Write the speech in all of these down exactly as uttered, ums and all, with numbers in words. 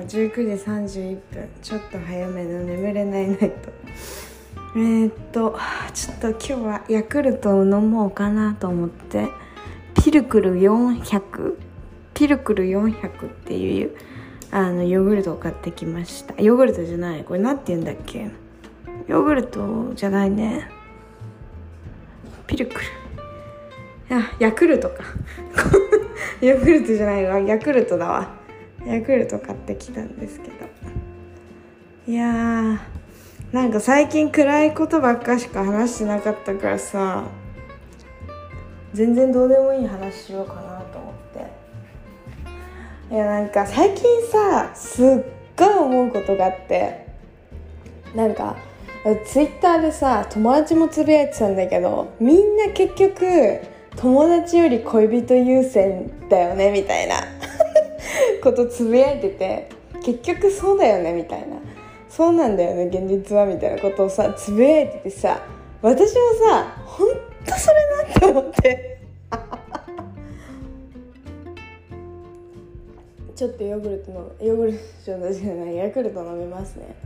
はじゅうくじさんじゅういっぷん、ちょっと早めの眠れないナイト。えー、っとちょっと今日はヤクルトを飲もうかなと思ってピルクルよんひゃくピルクルよんひゃくっていうあのヨーグルトを買ってきました。ヨーグルトじゃない、これなんて言うんだっけ、ヨーグルトじゃないね、ピルクル、あ、ヤクルトかヨーグルトじゃないわ、ヤクルトだわ。ヤクルト買ってきたんですけど、いやーなんか最近暗いことばっかしか話してなかったからさ、全然どうでもいい話しようかなと思って。いやなんか最近さ、すっごい思うことがあって、なんかツイッターでさ、友達もつぶやいてたんだけど、みんな結局友達より恋人優先だよねみたいなことつぶやいてて、結局そうだよねみたいな、そうなんだよね現実はみたいなことをさつぶやいててさ、私もさほんとそれなって思ってちょっとヨーグルトのヨーグルトじゃないヤクルト飲みますね。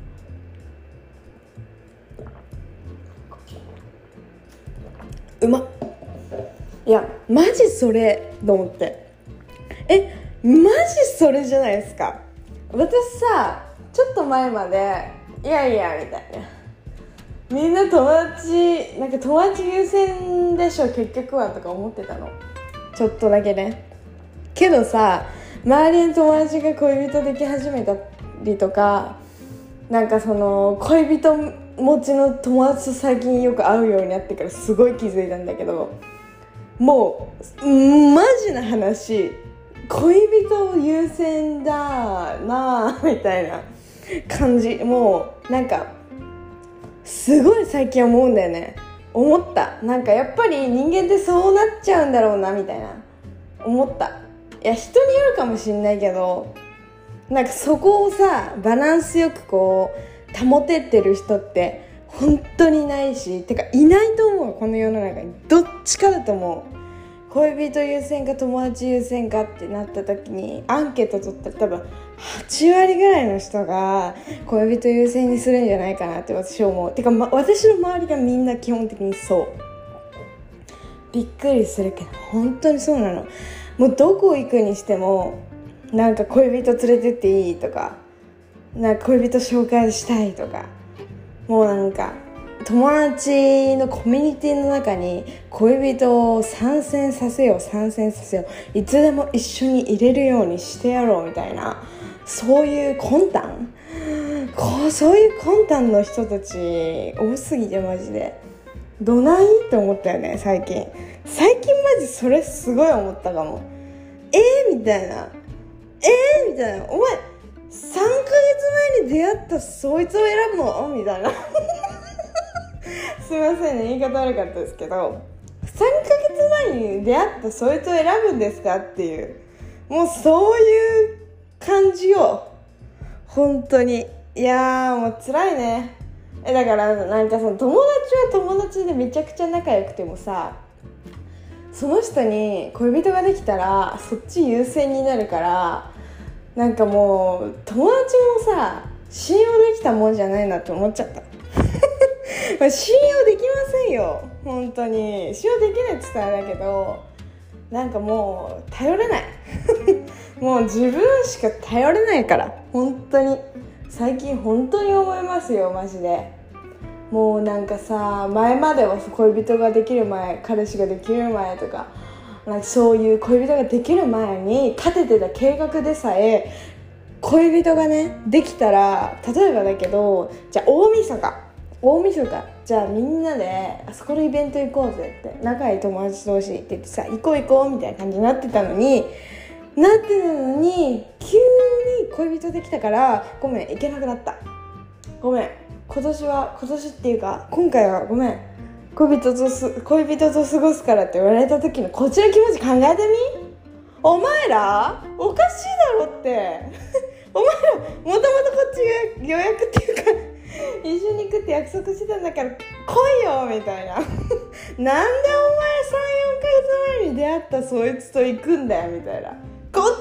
うまっ。いやマジそれと思って、えマジそれじゃないですか。私さちょっと前までいやいやみたいな、みんな友達なんか友達優先でしょ結局はとか思ってたの、ちょっとだけね。けどさ、周りの友達が恋人でき始めたりとか、なんかその恋人持ちの友達と最近よく会うようになってからすごい気づいたんだけど、もうマジな話、恋人優先だなみたいな感じ。もうなんかすごい最近思うんだよね。思った。なんかやっぱり人間ってそうなっちゃうんだろうなみたいな思った。いや人によるかもしんないけど、なんかそこをさバランスよくこう保ててる人って本当にいないし、てかいないと思う。この世の中にどっちかだと思う。恋人優先か友達優先かってなった時にアンケート取ったら多分はちわりぐらいの人が恋人優先にするんじゃないかなって私は思う。てか、ま、私の周りがみんな基本的にそう。びっくりするけど本当にそうなの。もうどこ行くにしてもなんか恋人連れてっていいとか、なんか恋人紹介したいとか、もうなんか友達のコミュニティの中に恋人を参戦させよう参戦させよういつでも一緒に入れるようにしてやろうみたいな、そういう魂胆こうそういう魂胆の人たち多すぎてマジでどないって思ったよね。最近最近マジそれすごい思ったかも。えー、みたいなえー、みたいな、お前さんかげつまえに出会ったそいつを選ぶのみたいなすいませんね、言い方悪かったですけど、さんかげつまえに出会ったそいつを選ぶんですかっていう、もうそういう感じよ本当に。いやーもう辛いね。えだからなんかその友達は友達でめちゃくちゃ仲良くてもさ、その人に恋人ができたらそっち優先になるから、なんかもう友達もさ信用できたもんじゃないなって思っちゃったまあ信用できませんよ本当に。信用できないって言ったらあれだけど、なんかもう頼れないもう自分しか頼れないから本当に最近本当に思いますよマジで。もうなんかさ、前までは恋人ができる前、彼氏ができる前とか、なんかそういう恋人ができる前に立ててた計画でさえ、恋人がねできたら、例えばだけど、じゃあ大晦日大晦日じゃあみんなであそこのイベント行こうぜって仲いい友達同士って言ってさ、行こう行こうみたいな感じになってたのになってたのに急に恋人できたからごめん行けなくなった、ごめん今年は今年っていうか今回はごめん恋人とす恋人と過ごすからって言われた時のこっちの気持ち考えてみ。お前らおかしいだろってお前らもともとこっちが予約っていうか一緒に行くって約束してたんだから来いよみたいななんでお前さん、よんかげつまえに出会ったそいつと行くんだよみたいな、こっち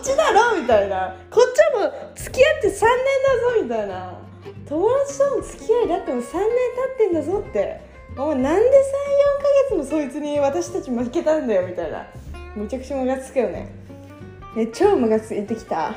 ちだろみたいな、こっちはもう付き合ってさんねんだぞみたいな、友達との付き合いだってもさんねん経ってんだぞって、お前なんでさん、よんかげつもそいつに私たち負けたんだよみたいな、めちゃくちゃムカつくよね。え超ムカついてきた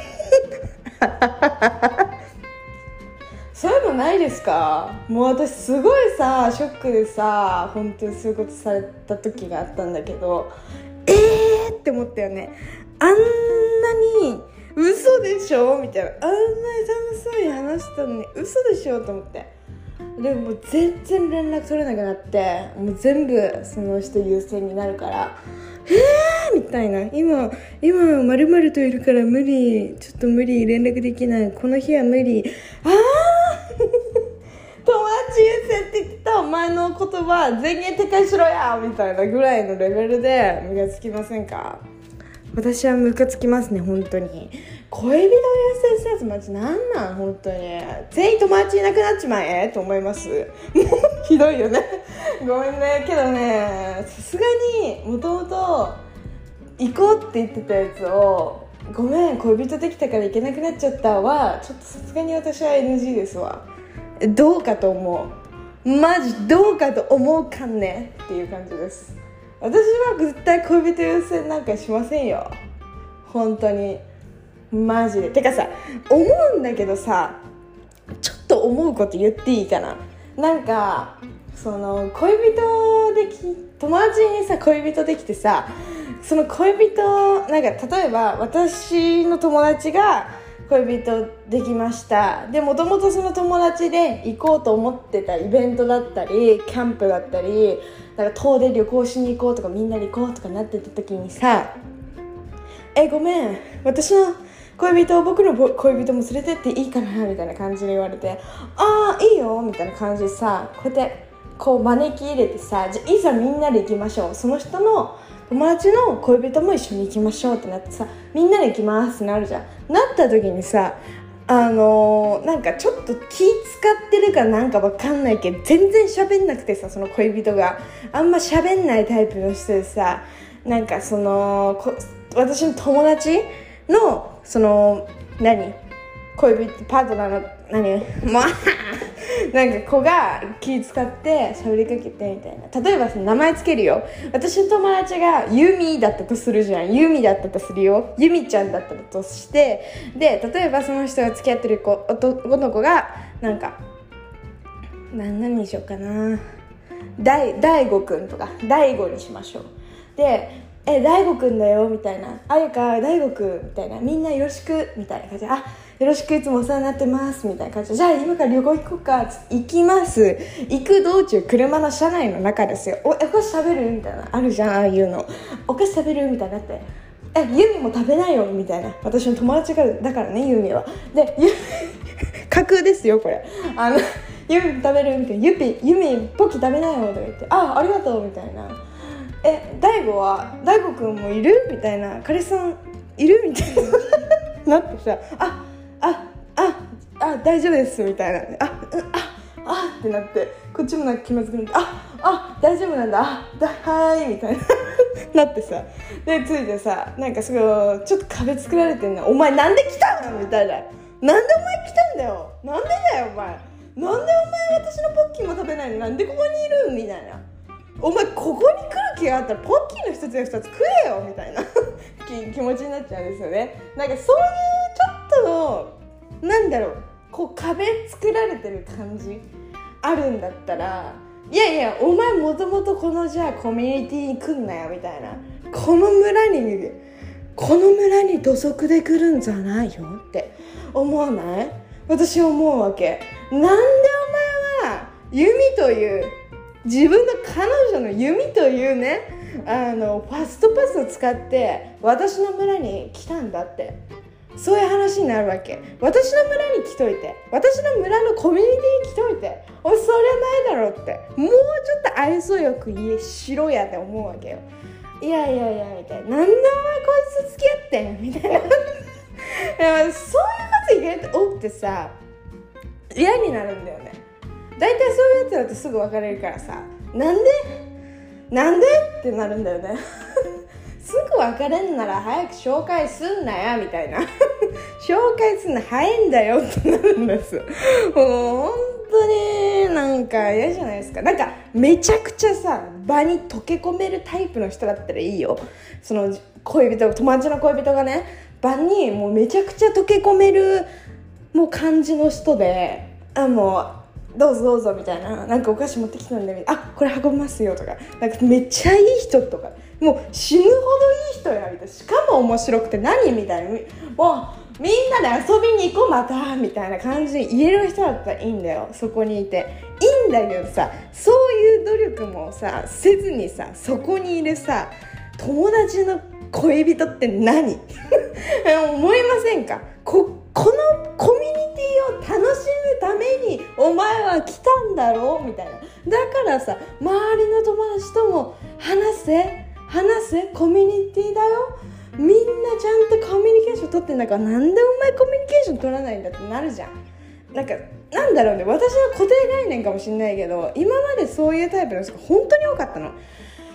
そういうのないですか？もう私すごいさショックでさ、本当にそういうことされた時があったんだけど、えーって思ったよね。あんなに嘘でしょみたいな、あんなに楽しそうに話したのに嘘でしょと思って、でも全然連絡取れなくなって、もう全部その人優先になるから、えーみたいな、今今〇〇といるから無理、ちょっと無理、連絡できない、この日は無理、あー友達優先って言ってたお前の言葉全言撤回しろやみたいなぐらいのレベルでムカつきませんか？私はムカつきますね、本当に。恋人優先するやつマジなんなん本当に、全員友達いなくなっちまえと思います。もうひどいよねごめんね、けどね、さすがにもともと行こうって言ってたやつをごめん恋人できたから行けなくなっちゃったはちょっとさすがに私は エヌジー ですわ。どうかと思う、マジどうかと思うかねっていう感じです。私は絶対恋人優先なんかしませんよ、本当にマジで。てかさ、思うんだけどさ、ちょっと思うこと言っていいかな。なんかその恋人でき友達にさ恋人できてさ、その恋人なんか例えば私の友達が恋人できました。でもともとその友達で行こうと思ってたイベントだったりキャンプだったり、なんか遠出旅行しに行こうとかみんなで行こうとかなってた時にさ、えごめん私の恋人僕の恋人も連れてっていいかなみたいな感じで言われて、ああいいよみたいな感じでさ、こうやってこう招き入れてさ、じゃいざみんなで行きましょう、その人の友達の恋人も一緒に行きましょうってなってさ、みんなで行きますってなるじゃん。なった時にさ、あのー、なんかちょっと気使ってるかなんかわかんないけど全然喋んなくてさ、その恋人があんま喋んないタイプの人でさ、なんかそのこ私の友達のその何恋人パートナーの何もうなんか子が気使って喋りかけてみたいな。例えばその名前つけるよ、私の友達がユミだったとするじゃん、ユミだったとするよ、ユミちゃんだったとして、で例えばその人が付き合ってる子男の子がなんかな何にしようかな、大大悟くんとか大悟にしましょう。でえ大悟くんだよみたいな、あゆか大悟くんみたいな、みんなよろしくみたいな感じで、あよろしくいつもお世話になってますみたいな感じで、じゃあ今から旅行行こうか行きます。行く道中車の車内の中ですよ、おお菓子食べるみたいなあるじゃん、ああいうの、お菓子食べるみたいになって、えユミも食べないよみたいな、私の友達がだからねユミはでユミ架空ですよこれ、あのユミ食べるみたいな、ユピユミポキ食べないよとか言って、あありがとうみたいな、え大悟は大悟くんもいるみたいな、彼氏さんいるみたいななってさ、ああああ大丈夫ですみたいな、あうんああってなって、こっちもなんか気まずくなって、ああ大丈夫なんだ、あだはーいみたいななってさ、でついてさ、なんかすごいちょっと壁作られてんな、お前なんで来たのみたいな、なんでお前来たんだよ、なんでだよお前、なんでお前私のポッキーも食べないの、なんでここにいるみたいな、お前ここに来る気があったらポッキーの一つや二つ食えよみたいな気持ちになっちゃうんですよね。なんかそういうちょっとのなんだろう、こう壁作られてる感じあるんだったら、いやいやお前もともとこのじゃあコミュニティに来んなよみたいな、この村にこの村に土足で来るんじゃないよって思わない？私思うわけ。なんでお前は弓という自分の彼女の弓というね、あのファストパスを使って私の村に来たんだって、そういう話になるわけ。私の村に来といて、私の村のコミュニティに来といて、おいそりゃないだろって、もうちょっと愛想よく言えしろやって思うわけよ。いやいやいやみたいな、なんでお前こいつ付き合ってんみたいなそういうこと意外と多くてさ、嫌になるんだよね。だいたいそういうやつだとすぐ別れるからさ、なんでなんでってなるんだよねすく別れんなら早く紹介すんなよみたいな紹介すんの早いんだよってなるんです。もう本当になんか嫌じゃないですか。なんかめちゃくちゃさ場に溶け込めるタイプの人だったらいいよ。その恋人友達の恋人がね場にもうめちゃくちゃ溶け込めるもう感じの人で、あもうどうぞどうぞみたいな、なんかお菓子持ってきたんで、あこれ運びますよとか、なんかめっちゃいい人とか、もう死ぬほどいい人やみたいな、しかも面白くて何みたいな、もうみんなで遊びに行こうまたみたいな感じで言える人だったらいいんだよ。そこにいていいんだけどさ、そういう努力もさせずにさ、そこにいるさ友達の恋人って何思いませんか？ここのコミュニティを楽しむためにお前は来たんだろうみたいな。だからさ周りの友達とも話せ話せコミュニティだよ。みんなちゃんとコミュニケーション取ってんだから、なんでお前コミュニケーション取らないんだってなるじゃん。なんかなんだろうね、私の固定概念かもしれないけど、今までそういうタイプの人が本当に多かったの。はっ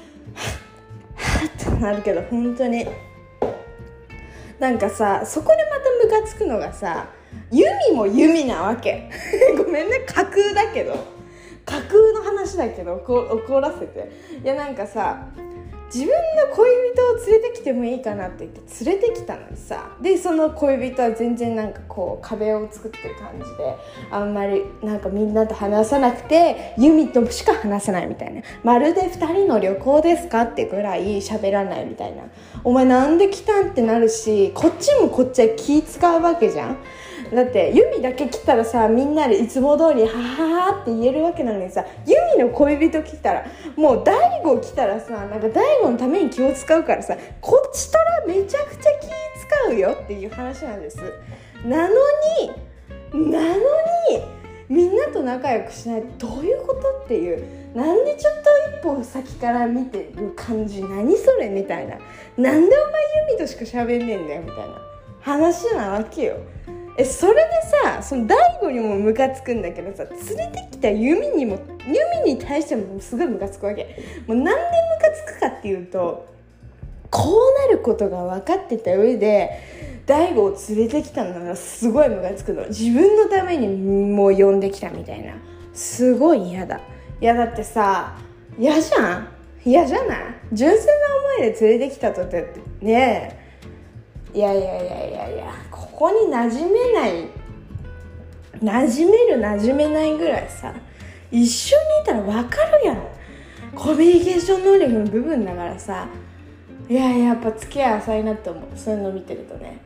ってなるけど、本当になんかさ、そこでまたムカつくのがさ、ユミもユミなわけごめんね、架空だけど架空の話だけど怒らせて、いやなんかさ、自分の恋人を連れてきてもいいかなって言って連れてきたのにさ、でその恋人は全然なんかこう壁を作ってる感じで、あんまりなんかみんなと話さなくてユミとしか話せないみたいな、まるでふたりの旅行ですかってぐらい喋らないみたいな。お前なんで来たんってなるし、こっちもこっちは気使うわけじゃん。だってユミだけ来たらさ、みんなでいつも通りはははって言えるわけなのにさ、ユミの恋人来たら、もう大悟来たらさ、なんか大悟のために気を使うからさ、こっちとらめちゃくちゃ気使うよっていう話なんです。なのになのにみんなと仲良くしないとどういうことっていう、なんでちょっと一歩先から見てる感じ、何それみたいな、なんでお前ユミとしか喋んねえんだよみたいな話なわけよ。えそれでさ、その大悟にもムカつくんだけどさ、連れてきたユミにもユミに対してもすごいムカつくわけ。もうなんでムカつくかっていうと、こうなることが分かってた上で大悟を連れてきたのがすごいムカつくの。自分のためにもう呼んできたみたいな、すごい嫌だ。いやだってさ、嫌じゃん、嫌じゃない？純粋な思いで連れてきたとってねえ、いやいやいやいやいや、ここに馴染めない馴染める馴染めないぐらいさ、一緒にいたら分かるやん。コミュニケーション能力の部分だからさ、いややっぱ付き合い浅いなって思う、そういうの見てるとね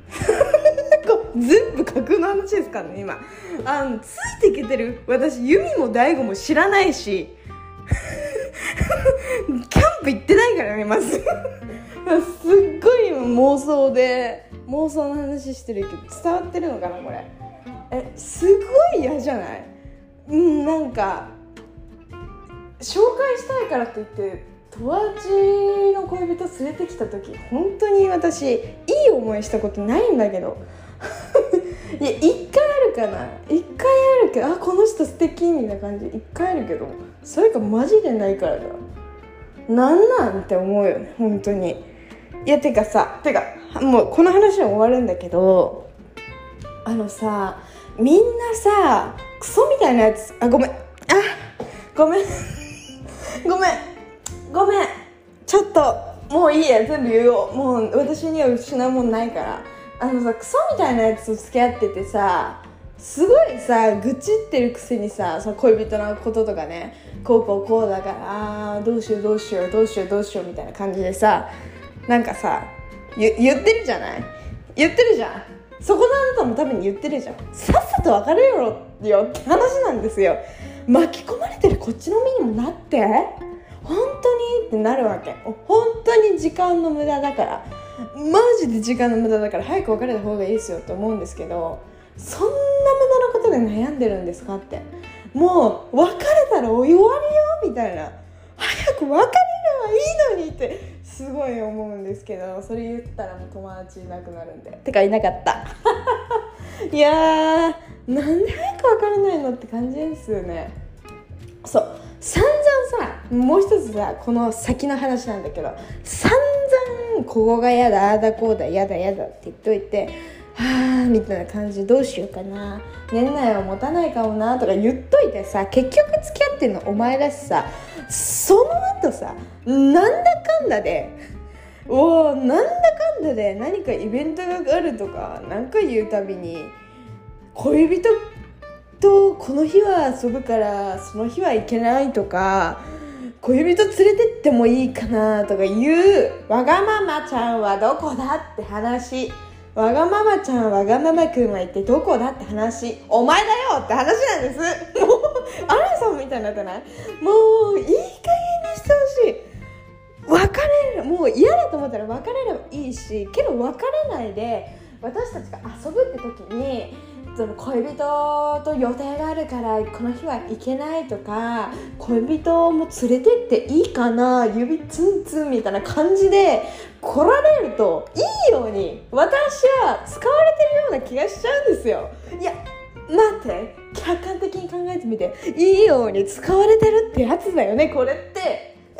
全部架空の話ですからね今。あのついていけてる私、ユミも大悟も知らないしキャンプ行ってないからねまずすっごい妄想で妄想の話してるけど伝わってるのかなこれ。えすごい嫌じゃない？うんなんか紹介したいからって言って友達の恋人連れてきた時、本当に私いい思いしたことないんだけどいや一回あるかな、一回あるけど、あこの人素敵みたいな感じ一回あるけど、それかマジでないからだ。なんなんって思うよね本当に。いやてかさ、てかもうこの話は終わるんだけど、あのさ、みんなさクソみたいなやつ、あごめん、あごめんごめんごめんちょっともういいや、全部言おう。もう私には失うもんないから。あのさ、クソみたいなやつと付き合っててさ、すごいさ愚痴ってるくせにさ、その恋人のこととかね、こうこうこうだからあーどうしようどうしようどうしようどうしようみたいな感じでさ、なんかさ言ってるじゃない、言ってるじゃん。そこのあなたも多分言ってるじゃん。さっさと別れよよって話なんですよ。巻き込まれてるこっちの身にもなって本当にってなるわけ。本当に時間の無駄だから、マジで時間の無駄だから早く別れた方がいいですよって思うんですけど、そんな無駄なことで悩んでるんですかって。もう別れたら終わりよみたいな、早く別れればいいのにってすごい思うんですけど、それ言ったらもう友達いなくなるんで、てかいなかったいやーなんで早く別れないのって感じですよね。そう散々さ、もう一つさ、この先の話なんだけど、散々 んここがやだ、ああだこうだ、やだやだって言っといて、はぁみたいな感じでどうしようかな、年内は持たないかもなとか言っといてさ、結局付き合ってるのお前だしさ、その後さ、なんだかんだでおーなんだかんだで何かイベントがあるとか何か言うたびに、恋人とこの日は遊ぶからその日は行けないとか、恋人連れてってもいいかなとか言うわがままちゃんはどこだって話、わがままちゃんわがままくんは一体どこだって話、お前だよって話なんです。もうアランさんみたいになってない？もういい加減にしてほしい。別れる、もう嫌だと思ったら別れればいいし、けど別れないで私たちが遊ぶって時に、その恋人と予定があるからこの日は行けないとか、恋人も連れてっていいかな、指ツンツンみたいな感じで来られるといいように私は使われてるような気がしちゃうんですよ。いや待って、客観的に考えてみて、いいように使われてるってやつだよねこれって。え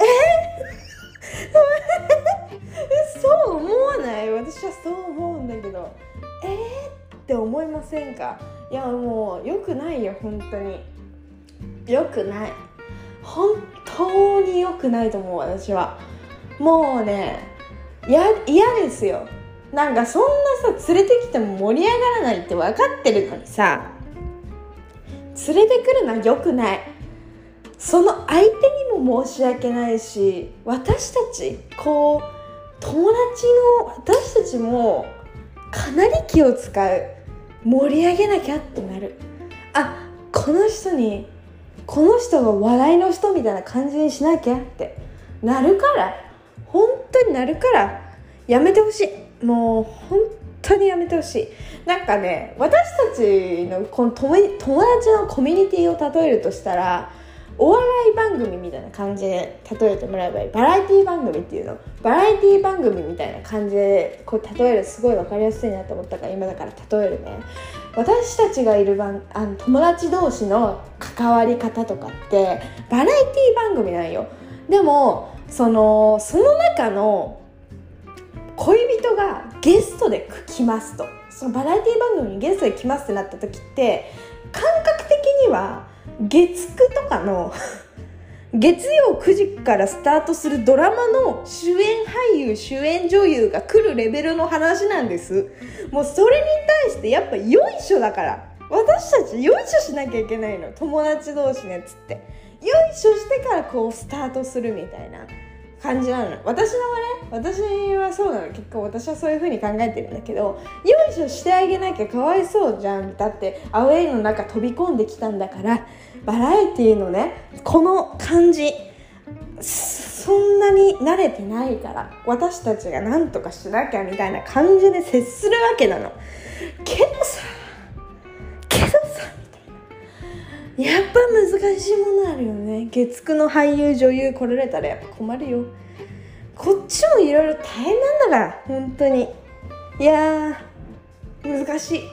そう思わない？私はそう思うんだけど、えーって思いませんか？いやもう良くないよ、本当に良くない、本当に良くないと思う。私はもうね、や嫌ですよ。なんかそんなさ、連れてきても盛り上がらないって分かってるのにさ、連れてくるのは良くない。その相手にも申し訳ないし、私たちこう友達の私たちもかなり気を使う。盛り上げなきゃってなる。あ、この人にこの人が話題の人みたいな感じにしなきゃってなるから、本当になるからやめてほしい。もう本当にやめてほしい。なんかね、私たちのこの友達のコミュニティを例えるとしたら、お笑い番組みたいな感じで例えてもらえばいい。バラエティ番組っていうの、バラエティ番組みたいな感じでこう例える、すごい分かりやすいなと思ったから今だから例えるね。私たちがいる番あの友達同士の関わり方とかってバラエティ番組なんよ。でもそのその中の恋人がゲストで来ますと、そのバラエティ番組にゲストで来ますってなった時って、感覚的には月くとかの月曜くじからスタートするドラマの主演俳優主演女優が来るレベルの話なんです。もうそれに対してやっぱよいしょだから、私たちよいしょしなきゃいけないの、友達同士のやつってよいしょしてからこうスタートするみたいな感じなの。私のはね、私はそうなの。結構私はそういう風に考えてるんだけど、よいしょしてあげなきゃかわいそうじゃん。だってアウェイの中飛び込んできたんだから、バラエティのねこの感じそんなに慣れてないから、私たちが何とかしなきゃみたいな感じで接するわけなの。けどさけどさみたいな、やっぱ難しいものあるよね。月9の俳優女優来られたらやっぱ困るよ。こっちもいろいろ大変なんだから本当に。いやー難しい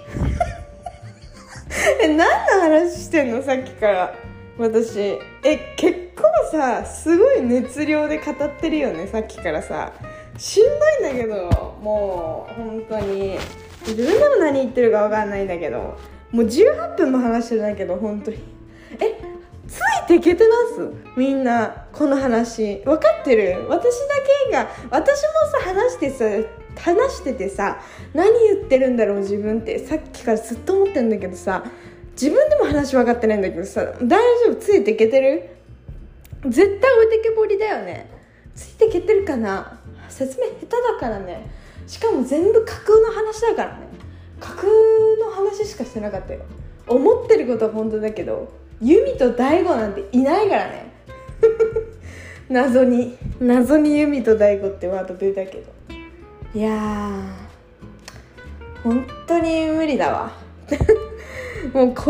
え、何の話してんのさっきから私。え、結構さすごい熱量で語ってるよねさっきからさ。しんどいんだけど、もう本当に自分でも何言ってるか分かんないんだけど、もうじゅうはっぷんも話してるんだけど本当に。え、ついていけてますみんな？この話分かってる？私だけが、私もさ話してさ話しててさ、何言ってるんだろう自分ってさっきからずっと思ってるんだけどさ、自分でも話分かってないんだけどさ、大丈夫？ついていけてる？絶対置いてけぼりだよね。ついていけてるかな？説明下手だからね。しかも全部架空の話だからね。架空の話しかしてなかったよ。思ってることは本当だけど、ユミとダイゴなんていないからね謎に謎にユミとダイゴってワード出たけど、いやー本当に無理だわもう恋人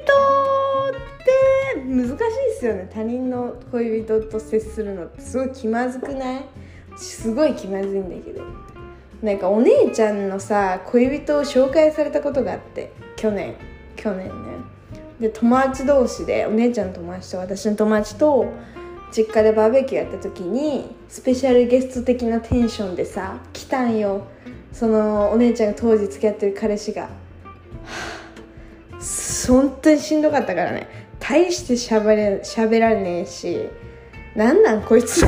って難しいですよね。他人の恋人と接するのってすごい気まずくない？すごい気まずいんだけど、なんかお姉ちゃんのさ恋人を紹介されたことがあって、去年去年ね。で友達同士で、お姉ちゃんの友達と私の友達と実家でバーベキューやった時にスペシャルゲスト的なテンションでさ来たんよ。そのお姉ちゃんが当時付き合ってる彼氏が、はぁ、本当にしんどかったからね。大してしゃべれ、しゃべられねえし、なんなんこいつ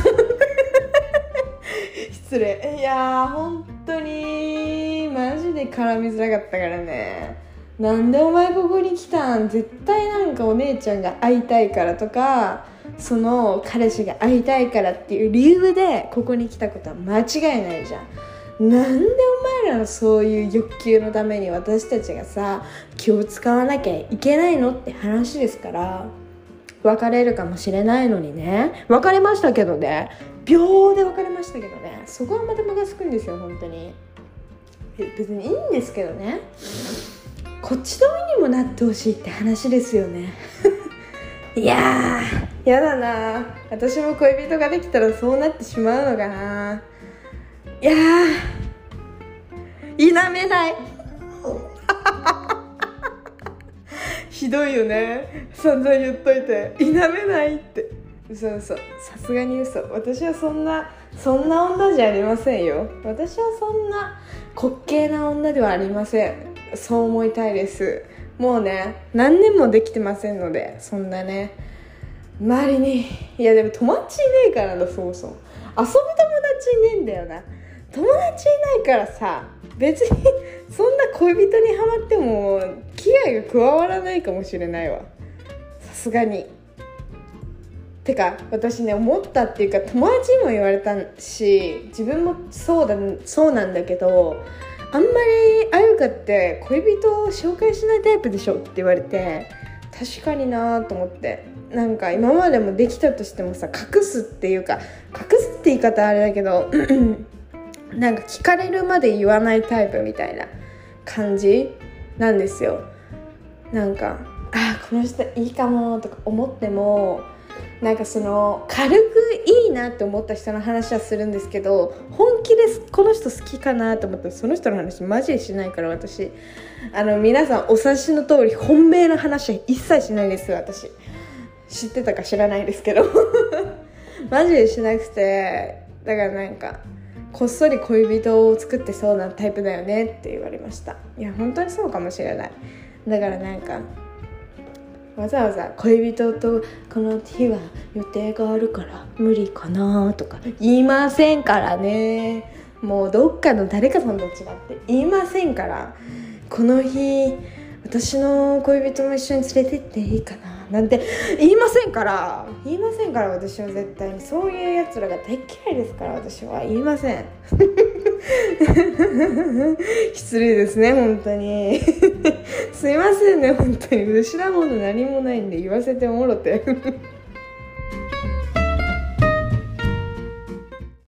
失礼。いやー本当にマジで絡みづらかったからね。なんでお前ここに来たん、絶対なんかお姉ちゃんが会いたいからとか、その彼氏が会いたいからっていう理由でここに来たことは間違いないじゃん。なんでお前らのそういう欲求のために私たちがさ気を使わなきゃいけないのって話ですから。別れるかもしれないのにね。別れましたけどね、秒で別れましたけどね。そこはまたムカつくんですよ本当に。別にいいんですけどね、こっちの身にもなってほしいって話ですよねいやーやだな。私も恋人ができたらそうなってしまうのかな。いやー否めないひどいよね。散々言っといて否めないって。嘘嘘、さすがに嘘。私はそんなそんな女じゃありませんよ。私はそんな滑稽な女ではありません。そう思いたいです。もうね何年もできてませんので、そんなね周りに、いやでも友達いねえからな。そもそも遊ぶ友達いねえんだよな。友達いないからさ、別にそんな恋人にハマっても危害が加わらないかもしれないわ、さすがに。てか私ね思ったっていうか、友達にも言われたし自分もそうだそうなんだけど、あんまりあゆかって恋人を紹介しないタイプでしょって言われて、確かになと思って。なんか今までもできたとしてもさ、隠すっていうか、隠すって言い方あれだけどなんか聞かれるまで言わないタイプみたいな感じなんですよ。なんかあこの人いいかもとか思っても、なんかその軽くいいなって思った人の話はするんですけど、本気でこの人好きかなと思ったらその人の話マジでしないから。私あの皆さんお察しの通り本命の話は一切しないです。私知ってたか知らないですけどマジでしなくて、だからなんかこっそり恋人を作ってそうなタイプだよねって言われました。いや本当にそうかもしれない。だからなんかわざわざ恋人とこの日は予定があるから無理かなとか言いませんからね。もうどっかの誰かさんと違って言いませんから。この日私の恋人も一緒に連れてっていいかななんて言いませんから言いませんから。私は絶対にそういうやつらが大嫌いですから。私は言いません失礼ですね本当にすいませんね本当に。失うもの何もないんで言わせてもろて